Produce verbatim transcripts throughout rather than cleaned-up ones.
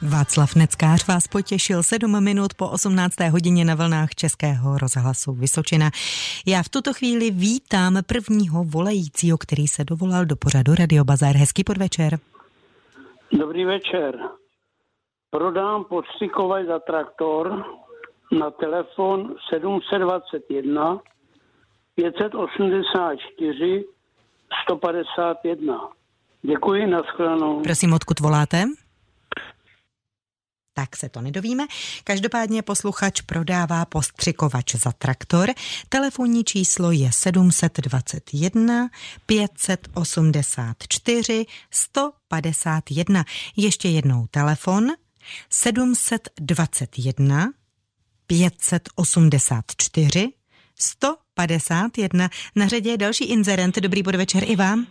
Václav Neckář vás potěšil sedm minut po osmnácté hodině na vlnách Českého rozhlasu Vysočina. Já v tuto chvíli vítám prvního volajícího, který se dovolal do pořadu Radio Bazar. Hezký podvečer. Dobrý večer. Prodám podstřikovaj za traktor na telefon sedm set dvacet jedna pět set osmdesát čtyři sto padesát jedna. Děkuji, nashledanou. Prosím, odkud voláte? Tak se to nedovíme. Každopádně posluchač prodává postřikovač za traktor. Telefonní číslo je sedm set dvacet jedna pět set osmdesát čtyři sto padesát jedna. Ještě jednou telefon sedm set dvacet jedna pět set osmdesát čtyři sto padesát jedna. Na řadě je další inzerent. Dobrý podvečer i vám.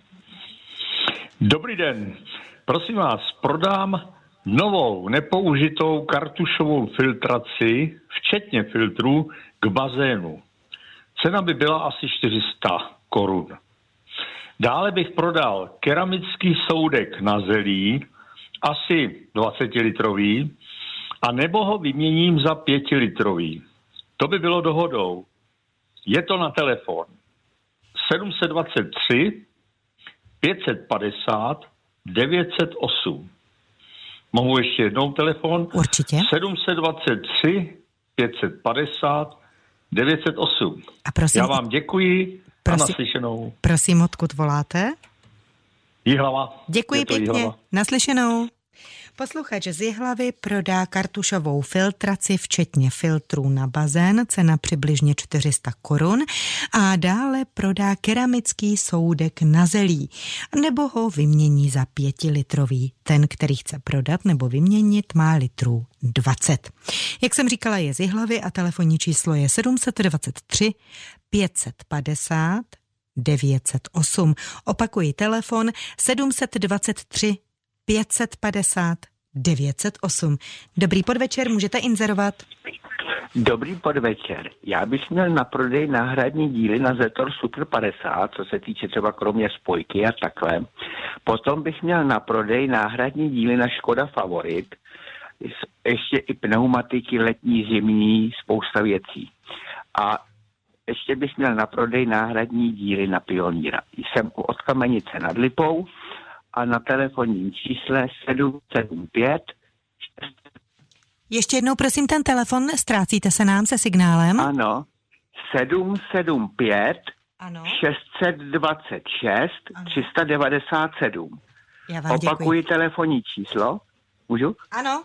Dobrý den. Prosím vás, prodám novou nepoužitou kartušovou filtraci, včetně filtrů, k bazénu. Cena by byla asi čtyři sta korun. Dále bych prodal keramický soudek na zelí, asi dvacetilitrový, a nebo ho vyměním za pětilitrový. To by bylo dohodou. Je to na telefon sedm set dvacet tři pět set padesát devět set osm. Mohu ještě jednou telefon? Určitě. sedm set dvacet tři pět set padesát devět set osm. A prosím, já vám děkuji prosím, a naslyšenou. Prosím, odkud voláte? Jihlava. Děkuji pěkně. Jihlava. Naslyšenou. Posluchač z Jihlavy prodá kartušovou filtraci, včetně filtrů na bazén, cena přibližně čtyři sta korun, a dále prodá keramický soudek na zelí, nebo ho vymění za pětilitrový. Ten, který chce prodat nebo vyměnit, má litrů dvacet. Jak jsem říkala, je z Jihlavy a telefonní číslo je sedm set dvacet tři pět set padesát devět set osm. Opakuji telefon sedm set dvacet tři pět set padesát devět set osm. Dobrý podvečer, můžete inzerovat. Dobrý podvečer. Já bych měl na prodej náhradní díly na Zetor Super padesát, co se týče třeba kromě spojky a takhle. Potom bych měl na prodej náhradní díly na Škoda Favorit, ještě i pneumatiky letní, zimní, spousta věcí. A ještě bych měl na prodej náhradní díly na Pioníra. Jsem od Kamenice nad Lipou a na telefonním čísle sedm sedm pět. Ještě jednou prosím ten telefon, ztrácíte se nám se signálem. Ano, sedm sedm pět ano. šest dvacet šest ano. tři sta devadesát sedm. Já vám Opakuji děkuji. telefonní číslo. Můžu? Ano.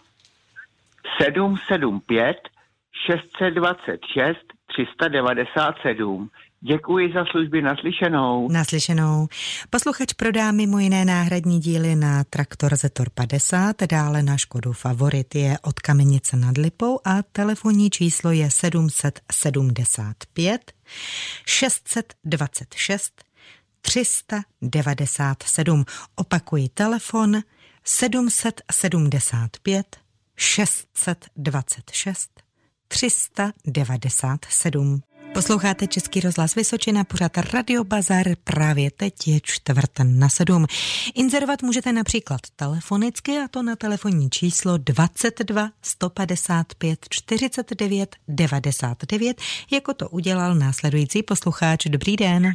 sedm sedm pět šest dvacet šest tři sta devadesát sedm. Děkuji za služby, naslyšenou. Naslyšenou. Posluchač prodá mimo jiné náhradní díly na traktor Zetor padesát, dále na Škodu Favorit, je od Kamenice nad Lipou a telefonní číslo je sedm set sedmdesát pět šest dvacet šest tři sta devadesát sedm. Opakuji telefon sedm set sedmdesát pět šest dvacet šest tři sta devadesát sedm. Posloucháte Český rozhlas Vysočina, pořád Radio Bazar, právě teď je čtvrt na sedm. Inzerovat můžete například telefonicky, a to na telefonní číslo dvacet dva sto padesát pět čtyřicet devět devadesát devět, jako to udělal následující posluchač. Dobrý den.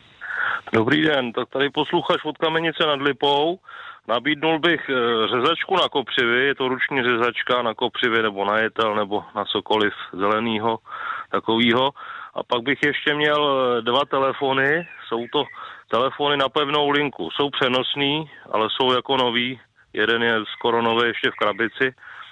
Dobrý den, tak tady posluchač od Kamenice nad Lipou. Nabídnul bych řezačku na kopřivy, je to ruční řezačka na kopřivy nebo na jetel nebo na cokoliv zelenýho takovýho. A pak bych ještě měl dva telefony, jsou to telefony na pevnou linku, jsou přenosný, ale jsou jako nový, jeden je skoro nový ještě v krabici.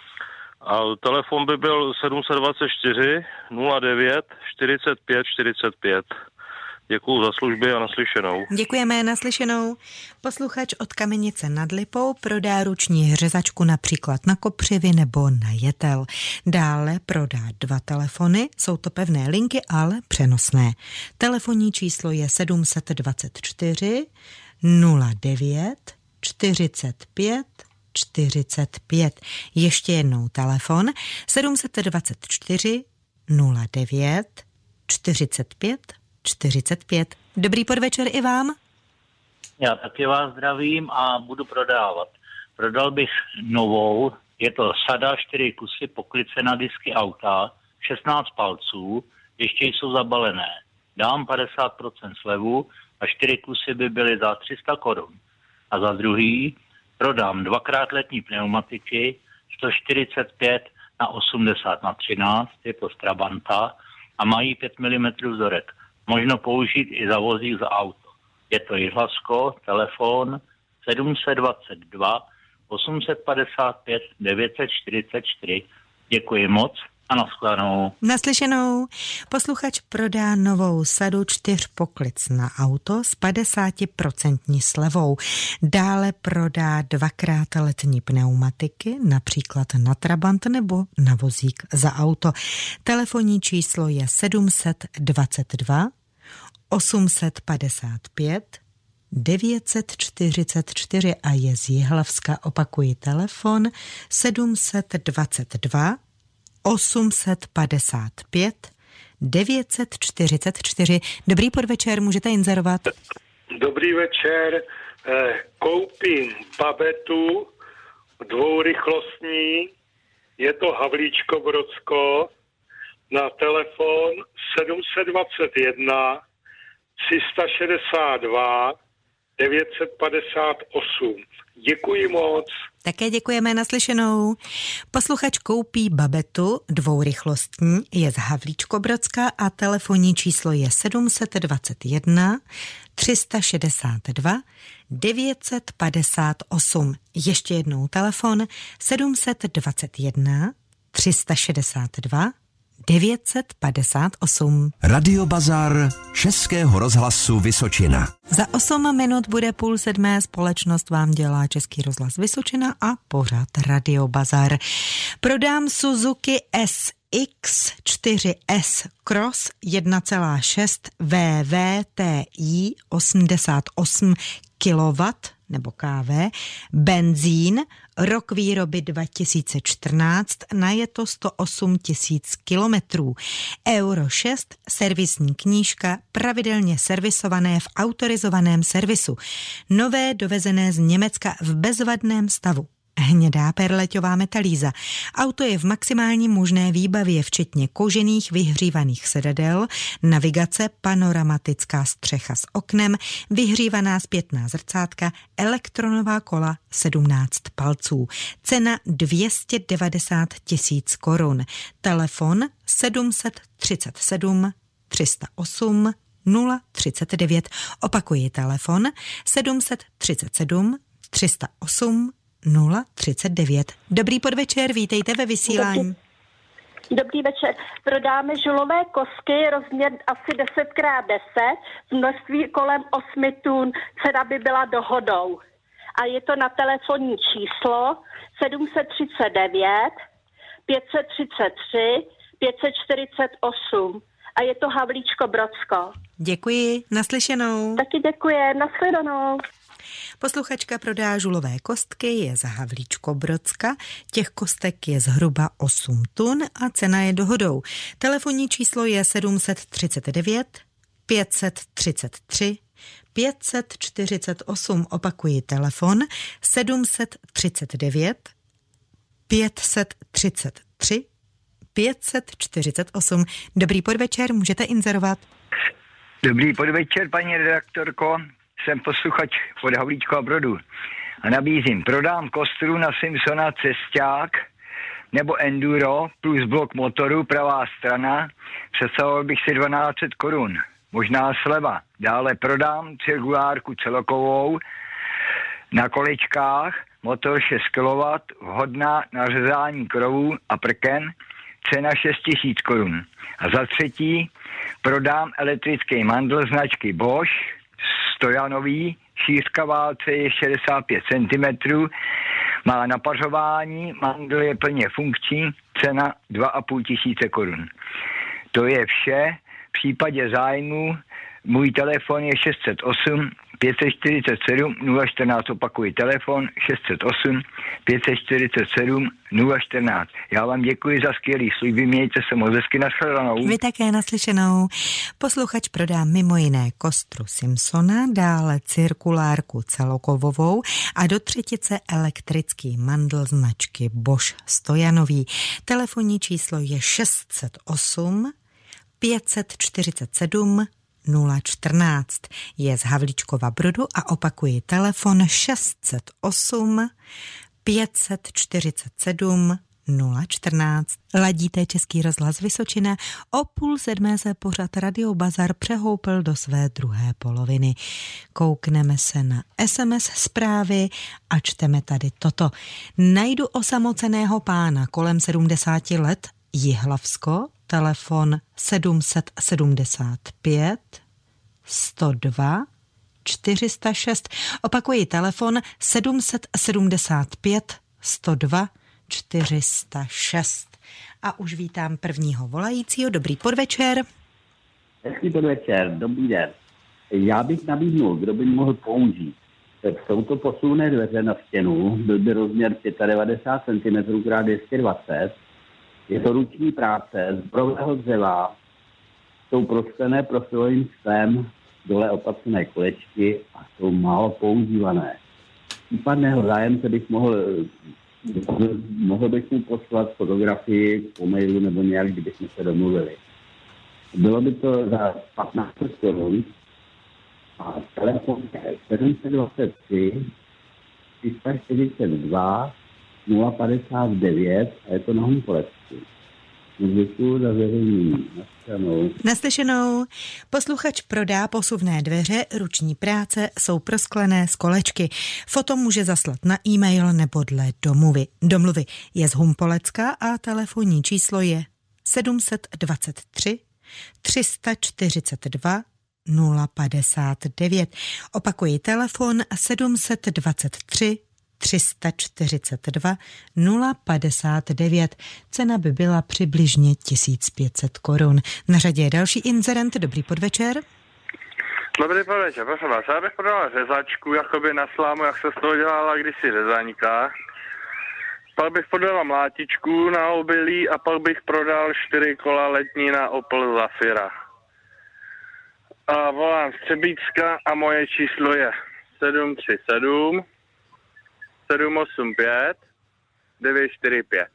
A telefon by byl sedm set dvacet čtyři nula devět čtyřicet pět čtyřicet pět. Děkuju za služby a naslyšenou. Děkujeme, naslyšenou. Posluchač od Kamenice nad Lipou prodá ruční řezačku například na kopřivy nebo na jetel. Dále prodá dva telefony, jsou to pevné linky, ale přenosné. Telefonní číslo je sedm set dvacet čtyři nula devět čtyřicet pět čtyřicet pět. Ještě jednou telefon sedm set dvacet čtyři nula devět čtyřicet pět čtyřicet pět. Dobrý podvečer i vám. Já taky vás zdravím a budu prodávat. Prodal bych novou Je to sada, čtyři kusy, poklice na disky auta, šestnáct palců, ještě jsou zabalené. Dám padesát procent slevu a čtyři kusy by byly za tři sta korun. A za druhý prodám dvakrát letní pneumatiky, sto čtyřicet pět na osmdesát na třináct, je to z Trabanta a mají pět milimetrů vzorek. Možno použít i za vozík za auto. Je to Jihlavsko, telefon sedm set dvacet dva osm set padesát pět devět set čtyřicet čtyři. Děkuji moc a nashledanou. Naslyšenou. Posluchač prodá novou sadu čtyř poklic na auto s padesáti procenty slevou. Dále prodá dvakrát letní pneumatiky, například na Trabant nebo na vozík za auto. Telefonní číslo je sedm set dvacet dva osm set padesát pět devět set čtyřicet čtyři a je z Jihlavska. Opakuji telefon sedm set dvacet dva osm set padesát pět devět set čtyřicet čtyři. Dobrý podvečer, můžete inzerovat. Dobrý večer, koupím babetu dvourychlostní, je to Havlíčko Brodsko, na telefon sedm set dvacet jedna tři sta šedesát dva devět set padesát osm. Děkuji moc. Také děkujeme, naslyšenou. Posluchač koupí babetu dvourychlostní, je z Havlíčkobrodska a telefonní číslo je sedm set dvacet jedna tři sta šedesát dva devět set padesát osm. Ještě jednou telefon sedm set dvacet jedna tři sta šedesát dva devět set padesát osm. Radio Bazar Českého rozhlasu Vysočina. Za osm minut bude půl sedmé, společnost vám dělá Český rozhlas Vysočina a pořád Radio Bazar. Prodám Suzuki S X čtyři S Cross jedna celá šest V V T I osmdesát osm kilowattů nebo K V, benzín, rok výroby dva tisíce čtrnáct, najeto sto osm tisíc kilometrů, euro šest, servisní knížka, pravidelně servisované v autorizovaném servisu, nové dovezené z Německa v bezvadném stavu. Hnědá perleťová metalíza. Auto je v maximální možné výbavě, včetně kožených vyhřívaných sedadel, navigace, panoramatická střecha s oknem, vyhřívaná zpětná zrcátka, elektronová kola sedmnáct palců. Cena dvě stě devadesát tisíc korun. Telefon sedm set třicet sedm tři sta osm nula třicet devět. Opakuji telefon sedm set třicet sedm tři sta osm nula třicet devět. Dobrý podvečer, vítejte ve vysílání. Dobrý, dobrý večer. Prodáme žulové kostky, rozměr asi deset krát deset, v množství kolem osmi tun, cena by byla dohodou. A je to na telefonní číslo sedm set třicet devět pět set třicet tři pět set čtyřicet osm. A je to Havlíčko Brodsko. Děkuji, naslyšenou. Taky děkuji, nashledanou. Posluchačka prodá žulové kostky, je z Havlíčkobrodska. Těch kostek je zhruba osm tun a cena je dohodou. Telefonní číslo je sedm set třicet devět pět set třicet tři pět set čtyřicet osm. Opakuji telefon sedm set třicet devět pět set třicet tři pět set čtyřicet osm. Dobrý podvečer, můžete inzerovat. Dobrý podvečer, paní redaktorko. Jsem posluchač od Havlíčkova Brodu a nabízím, prodám kostru na Simpsona Cesták nebo Enduro plus blok motoru, pravá strana, představoval bych si dvanáct set korun, možná sleva. Dále prodám cirkulárku celokovou na kolečkách, motor šest kilowattů, vhodná na řezání krovů a prken, cena šest tisíc korun. A za třetí prodám elektrický mandl značky Bosch, stojanový, šířka válce je šedesát pět centimetrů, má napařování, mandl je plně funkční, cena dva a půl tisíce korun. To je vše. V případě zájmu můj telefon je šest set osm pět set čtyřicet sedm nula čtrnáct, opakuji telefon šest set osm pět set čtyřicet sedm nula čtrnáct. Já vám děkuji za skvělý služby, mějte se moc hezky, nashledanou. Vy také naslyšenou. Posluchač prodá mimo jiné kostru Simpsona, dále cirkulárku celokovovou a do třetice elektrický mandl značky Bosch Stojanový. Telefonní číslo je šest set osm pět set čtyřicet sedm nula čtrnáct. Je z Havlíčkova Brodu a opakuji telefon šest set osm pět set čtyřicet sedm nula čtrnáct. Ladíte Český rozhlas Vysočina, o půl sedmé se pořad Radio Bazar přehoupil do své druhé poloviny. Koukneme se na es em es zprávy a čteme tady toto. Najdu osamoceného pána kolem sedmdesáti let, Jihlavsko, telefon sedm set sedmdesát pět sto dva čtyři sta šest. Opakuji telefon sedm set sedmdesát pět sto dva čtyři sta šest. A už vítám prvního volajícího. Dobrý podvečer. Hezký podvečer, dobrý den. Já bych nabídnul, kdo by mohl použít. Tak jsou to posuné dveře na stěnu, byl by rozměr devadesát pět centimetrů krát dvě stě dvacet. Je to ruční práce z borového dřeva, jsou prosklené profilovým sklem, dole opatřené kolečky a jsou málo používané. Případného zájemce bych mohl, mohl bych mu poslat fotografii po mailu nebo nějak, kdybychom se domluvili. Bylo by to za patnáct korun a telefon je sedm set dvacet tři tři sta čtyřicet dva nula padesát devět a je to na Humpolecku. Děkuji za zveřejnění. Naslyšenou. Naslyšenou. Posluchač prodá posuvné dveře, ruční práce, jsou prosklené z kolečky. Foto může zaslat na e-mail nebo dle domluvy. Domluvy je z Humpolecka a telefonní číslo je sedm set dvacet tři tři sta čtyřicet dva nula padesát devět. Opakuji telefon sedm set dvacet tři tři sta čtyřicet dva nula padesát devět. Cena by byla přibližně tisíc pět set korun. Na řadě je další inzerent. Dobrý podvečer. Dobrý podvečer, prosím vás. Já bych prodala řezačku, jakoby na slámu, jak se z toho dělala kdysi řezaňka. Pak bych prodala mlátičku na obilí a pak bych prodal čtyři kola letní na Opel Zafira. A volám z Třebíčska a moje číslo je sedm tři sedm sedm osm pět devět čtyři pět.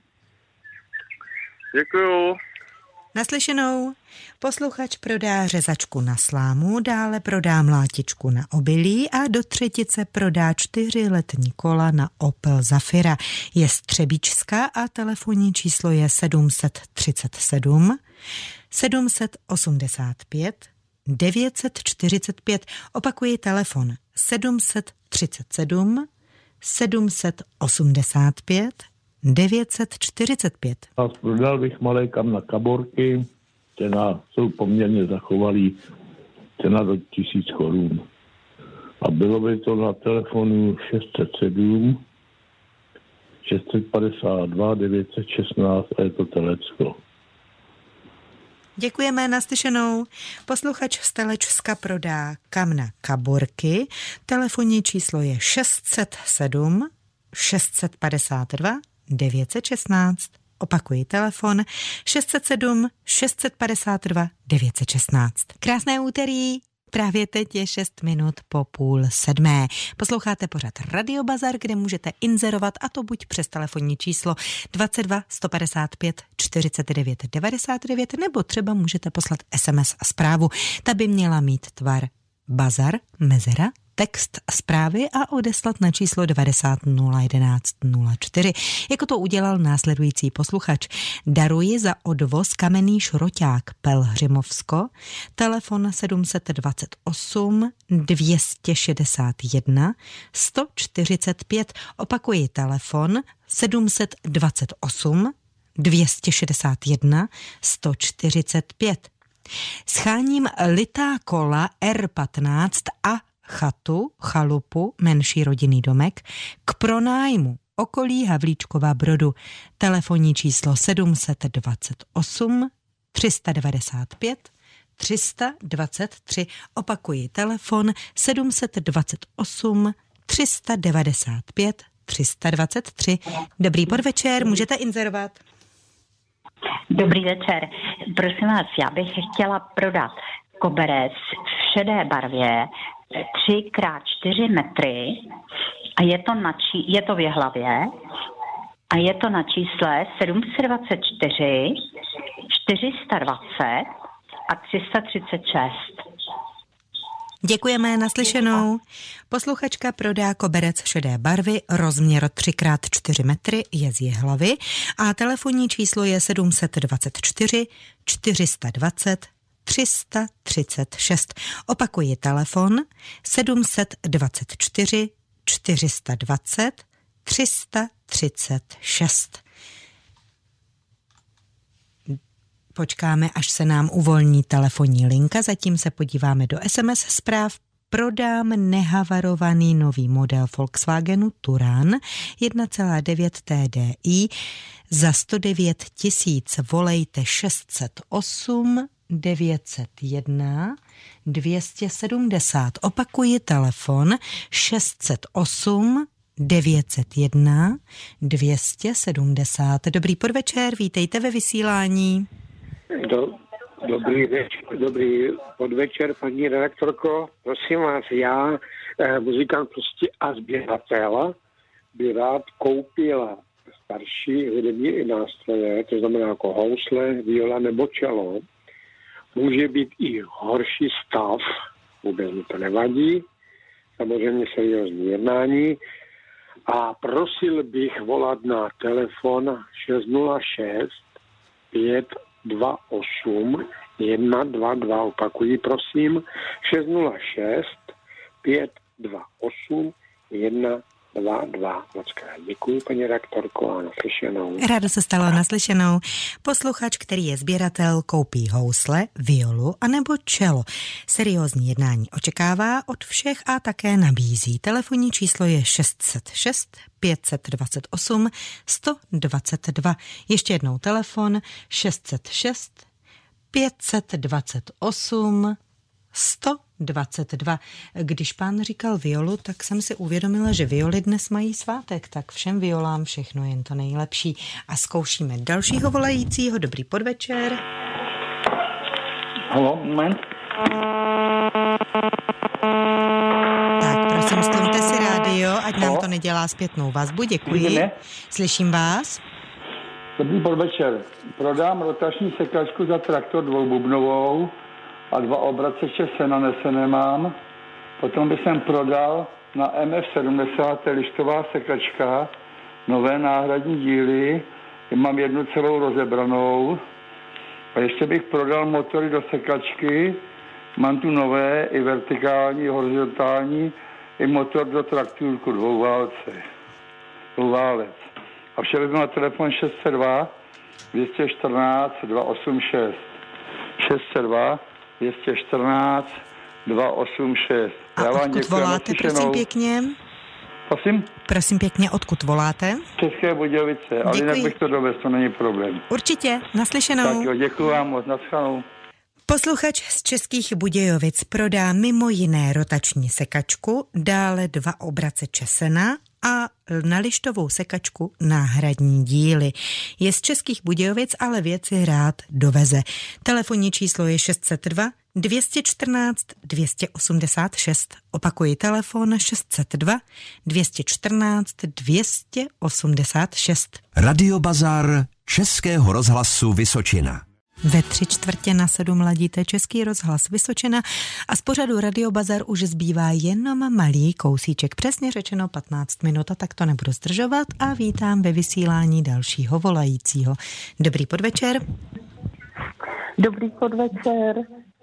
Děkuju. Naslyšenou. Posluchač prodá řezačku na slámu, dále prodá mlátičku na obilí a do třetice prodá čtyři letní kola na Opel Zafira. Je z Třebíčska a telefonní číslo je sedm set třicet sedm sedm set osmdesát pět devět set čtyřicet pět. Opakuji telefon sedm set třicet sedm sedm set osmdesát pět devět set čtyřicet pět. A prodal bych malé kam na kaborky, cena jsou poměrně zachovalý, cena do tisíc korun. A bylo by to na telefonu šest set sedm šest set padesát dva devět set šestnáct a je to Telecko. Děkujeme, naslyšenou. Posluchač z Telečska prodá kam na kaborky. Telefonní číslo je šest set sedm šest set padesát dva devět set šestnáct. Opakuji telefon šest set sedm šest set padesát dva devět set šestnáct. Krásné úterý. Právě teď je šest minut po půl sedmé. Posloucháte pořad Radio Bazar, kde můžete inzerovat, a to buď přes telefonní číslo dvacet dva sto padesát pět čtyřicet devět devadesát devět, nebo třeba můžete poslat es em es a zprávu. Ta by měla mít tvar Bazar, mezera, text zprávy a odeslat na číslo devadesát nula jedenáct nula čtyři. Jako to udělal následující posluchač. Daruji za odvoz kamenný šroťák Pelhřimovsko, telefon sedm set dvacet osm dvě stě šedesát jedna sto čtyřicet pět. Opakuji telefon sedm set dvacet osm dvě stě šedesát jedna sto čtyřicet pět. Scháním litá kola R patnáct a chatu, chalupu, menší rodinný domek k pronájmu okolí Havlíčkova Brodu. Telefonní číslo sedm set dvacet osm tři sta devadesát pět tři dvacet tři. Opakuji telefon sedm dva osm tři devadesát pět tři dvacet tři. Dobrý podvečer, můžete inzerovat. Dobrý večer. Prosím vás, já bych chtěla prodat koberec v šedé barvě tři krát čtyři metry a je to, na či, je to v Jihlavě a je to na čísle sedm dva čtyři čtyři dvacet a tři třicet šest. Děkujeme, naslyšenou. Posluchačka prodá koberec v šedé barvy, rozměr tři krát čtyři metry, je z Jihlavy a telefonní číslo je sedm dva čtyři čtyři dvacet tři třicet šest. Opakuji telefon sedm dva čtyři čtyři dvacet tři třicet šest. Počkáme, až se nám uvolní telefonní linka, zatím se podíváme do es em es zpráv. Prodám nehavarovaný nový model Volkswagenu Touran jedna celá devět T D I za sto devět tisíc. Volejte šest set osm devět set jedna dvě stě sedmdesát. Opakuji telefon šest set osm devět set jedna dvě stě sedmdesát. Dobrý podvečer, vítejte ve vysílání. Do, dobrý, večer, dobrý podvečer, paní redaktorko. Prosím vás, já, eh, muzikant prostě a sběratel, by rád koupil starší hudební nástroje, to znamená jako housle, viola nebo čelo. Může být i horší stav, vůbec mi to nevadí, samozřejmě seriózní jednání. A prosil bych volat na telefon šest nula šest pět dva osm jedna dva dva, opakuji prosím, šest nula šest pět dva osm jedna dva dva. Moc krát děkuji, paní redaktorko, a naslyšenou. Rádo se stalo, naslyšenou. Posluchač, který je sběratel, koupí housle, violu anebo čelo. Seriózní jednání očekává od všech a také nabízí. Telefonní číslo je šest set šest pět set dvacet osm sto dvacet dva. Ještě jednou telefon šest set šest pět set dvacet osm sto dvacet dva. Když pán říkal violu, tak jsem si uvědomila, že violy dnes mají svátek, tak všem violám všechno jen to nejlepší. A zkoušíme dalšího volajícího. Dobrý podvečer. Halo, moment. Tak, prosím, stlumte si rádio, ať nám to nedělá zpětnou vazbu. Děkuji. Slyším vás. Dobrý podvečer. Prodám rotační sekačku za traktor dvoububnovou a dva obraceče sena nesené mám. Potom bych jsem prodal na M F sedmdesát lištová sekačka, nové náhradní díly, mám jednu celou rozebranou. A ještě bych prodal motory do sekačky, mám tu nové, i vertikální, i horizontální, i motor do traktůrku dvouválce, dvouválec. A vše bych byl na telefon šest set dva dvě stě čtrnáct dva osm šest. šest set dva dvě stě čtrnáct dva osm šest. A Já vám odkud děkuji, voláte, prosím pěkně? Prosím? Prosím pěkně, odkud voláte? České Budějovice, ale jinak bych to dovez, to není problém. Určitě, naslyšenou. Tak jo, děkuji vám moc, naschledanou. Posluchač z Českých Budějovic prodá mimo jiné rotační sekačku, dále dva obraceče sena a na lištovou sekačku náhradní díly. Je z Českých Budějovic, ale věci rád doveze. Telefonní číslo je šest set dva dvě stě čtrnáct dvě stě osmdesát šest. Opakuji telefon šest set dva dvě stě čtrnáct dvě stě osmdesát šest. Radio Bazar Českého rozhlasu Vysočina. Ve tři čtvrtě na sedm ladíte Český rozhlas Vysočina a z pořadu Radio Bazar už zbývá jenom malý kousíček, přesně řečeno patnáct minut, a tak to nebudu zdržovat a vítám ve vysílání dalšího volajícího. Dobrý podvečer. Dobrý podvečer.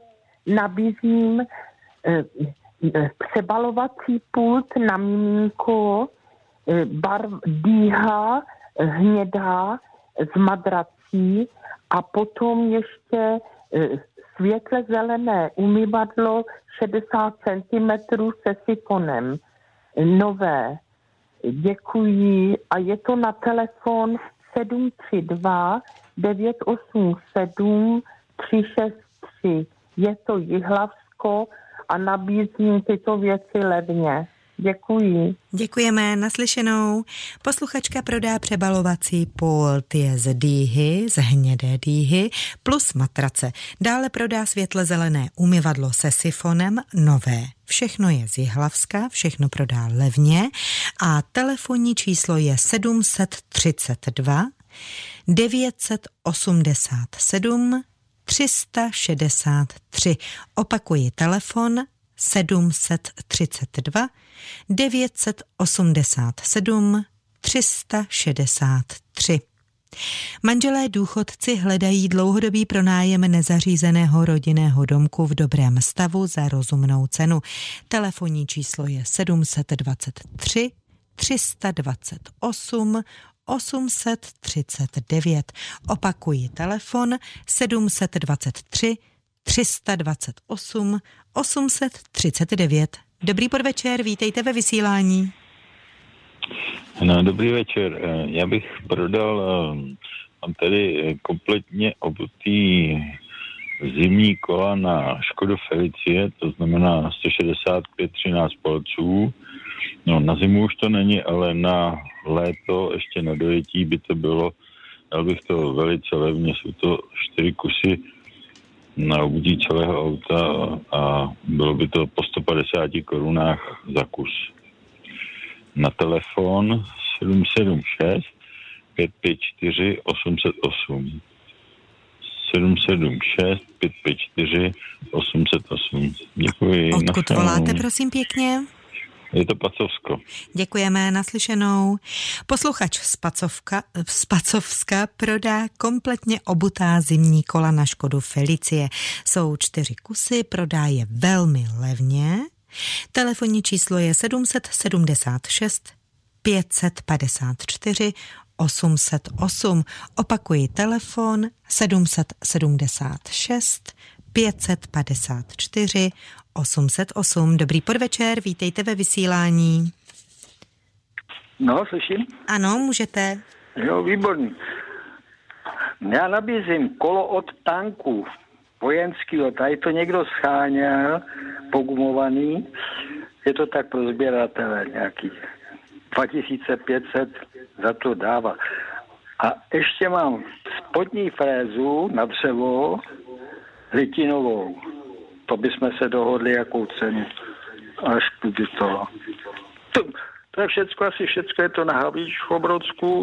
Nabízím eh, přebalovací pult na mimínku, eh, barv dýha hnědá z madrací a potom ještě světle zelené umyvadlo šedesát centimetrů se sifonem. Nové. Děkuji. A je to na telefon sedm tři dva devět osm sedm tři šest tři. je to Jihlavsko a nabízím tyto věci levně. Děkuji. Děkujeme, naslyšenou. Posluchačka prodá přebalovací pult, je z dýhy, z hnědé dýhy, plus matrace. Dále prodá světle-zelené umyvadlo se sifonem, nové. Všechno je z Jihlavska, všechno prodá levně a telefonní číslo je sedm třicet dva devět osmdesát sedm tři šedesát tři. Opakuji telefon sedm třicet dva devět osmdesát sedm tři šedesát tři. Manželé důchodci hledají dlouhodobý pronájem nezařízeného rodinného domku v dobrém stavu za rozumnou cenu. Telefonní číslo je sedm dvacet tři tři dvacet osm osm třicet devět. Opakuji telefon sedm dvacet tři tři dvacet osm osm třicet devět. Dobrý podvečer, vítejte ve vysílání. No, dobrý večer. Já bych prodal, mám tady kompletně obutý zimní kola na Škodu Felicie, to znamená sto šedesát pět třináct palců. No, na zimu už to není, ale na léto, ještě na dojetí by to bylo, dal bych to velice levně, jsou to čtyři kusy na obutí celého auta a bylo by to po sto padesáti korunách za kus. Na telefon sedm sedm šest pět pět čtyři osm nula osm. sedm sedm šest pět pět čtyři osm nula osm. Děkuji. Odkud voláte, prosím pěkně? Je to Pacovsko. Děkujeme, naslyšenou. Posluchač z, Pacovka, z Pacovska prodá kompletně obutá zimní kola na Škodu Felicie. Jsou čtyři kusy, prodá je velmi levně. Telefonní číslo je sedm sedmdesát šest pět padesát čtyři osm nula osm. Opakuji telefon sedm sedmdesát šest pět padesát čtyři osm nula osm. Dobrý podvečer, vítejte ve vysílání. No, slyším? Ano, můžete. Jo, výborný. Já nabízím kolo od tanku vojenského, tady to někdo scháněl, pogumovaný, je to tak pro sběratele nějaký dva tisíce pět set za to dává. A ještě mám spodní frézu na dřevo litinovou. To bychom se dohodli, jakou cenu. Až tudy to. to. To je všecko, asi všecko je to na Havlíčko-Brodsku.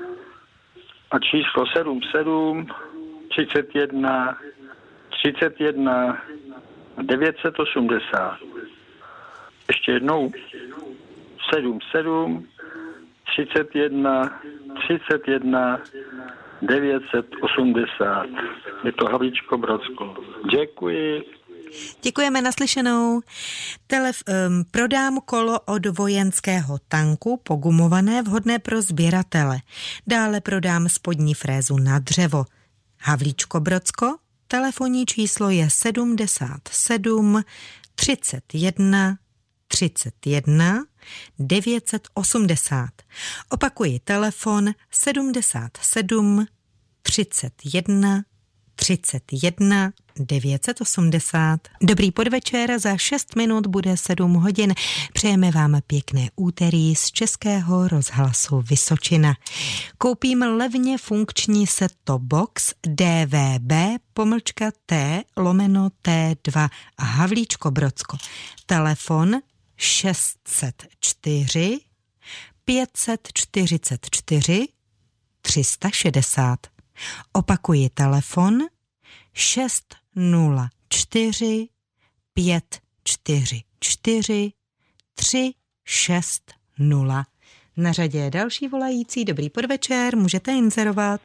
A číslo sedm sedm třicet jedna třicet jedna devět osmdesát. Ještě jednou. sedm sedm třicet jedna třicet jedna devět osmdesát. Je to Havlíčko-Brodsko. Děkuji. Děkujeme, naslyšenou. Telef, um, prodám kolo od vojenského tanku, pogumované, vhodné pro sběratele. Dále prodám spodní frézu na dřevo. Havlíčko-Brodsko, telefonní číslo je sedmdesát sedm třicet jedna třicet jedna devět osmdesát. Opakuji telefon sedmdesát sedm třicet jedna třicet jedna devět osmdesát. Dobrý podvečer, za šest minut bude sedm hodin. Přejeme vám pěkné úterý z Českého rozhlasu Vysočina. Koupím levně funkční set-top box D V B pomlčka T lomeno T dva a Havlíčko-Brodsko. Telefon šest set čtyři pět set čtyřicet čtyři tři sta šedesát. Opakuji telefon šest nula čtyři pět čtyři čtyři tři šest nula. Na řadě je další volající. Dobrý podvečer, můžete inzerovat.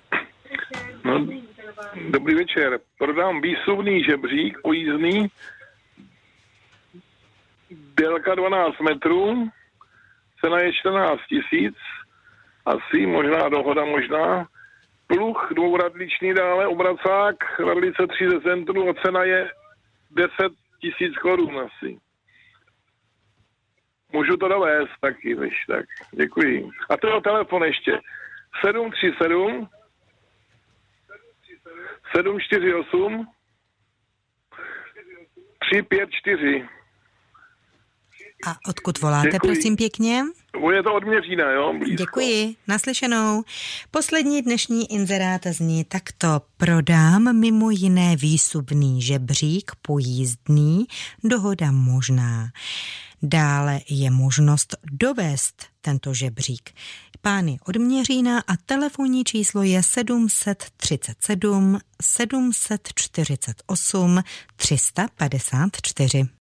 No, dobrý večer. Prodám výsuvný žebřík pojízdný, délka dvanáct metrů, cena je čtrnáct tisíc, asi, možná dohoda, možná. Pluh dvouradličný dále, obracák, radlice tři centru a cena je deset tisíc korun asi. Můžu to dovést taky, než tak. Děkuji. A to je telefon ještě. sedm tři sedm sedm čtyři osm tři pět čtyři. A odkud voláte, Děkuji. prosím pěkně? Je to od Měřína, jo? Blízko. Děkuji, naslyšenou. Poslední dnešní inzerát zní takto. Prodám mimo jiné výsubný žebřík pojízdný, dohoda možná. Dále je možnost dovést tento žebřík. Pány od Měřína a telefonní číslo je sedm set třicet sedm sedm set čtyřicet osm tři sta padesát čtyři.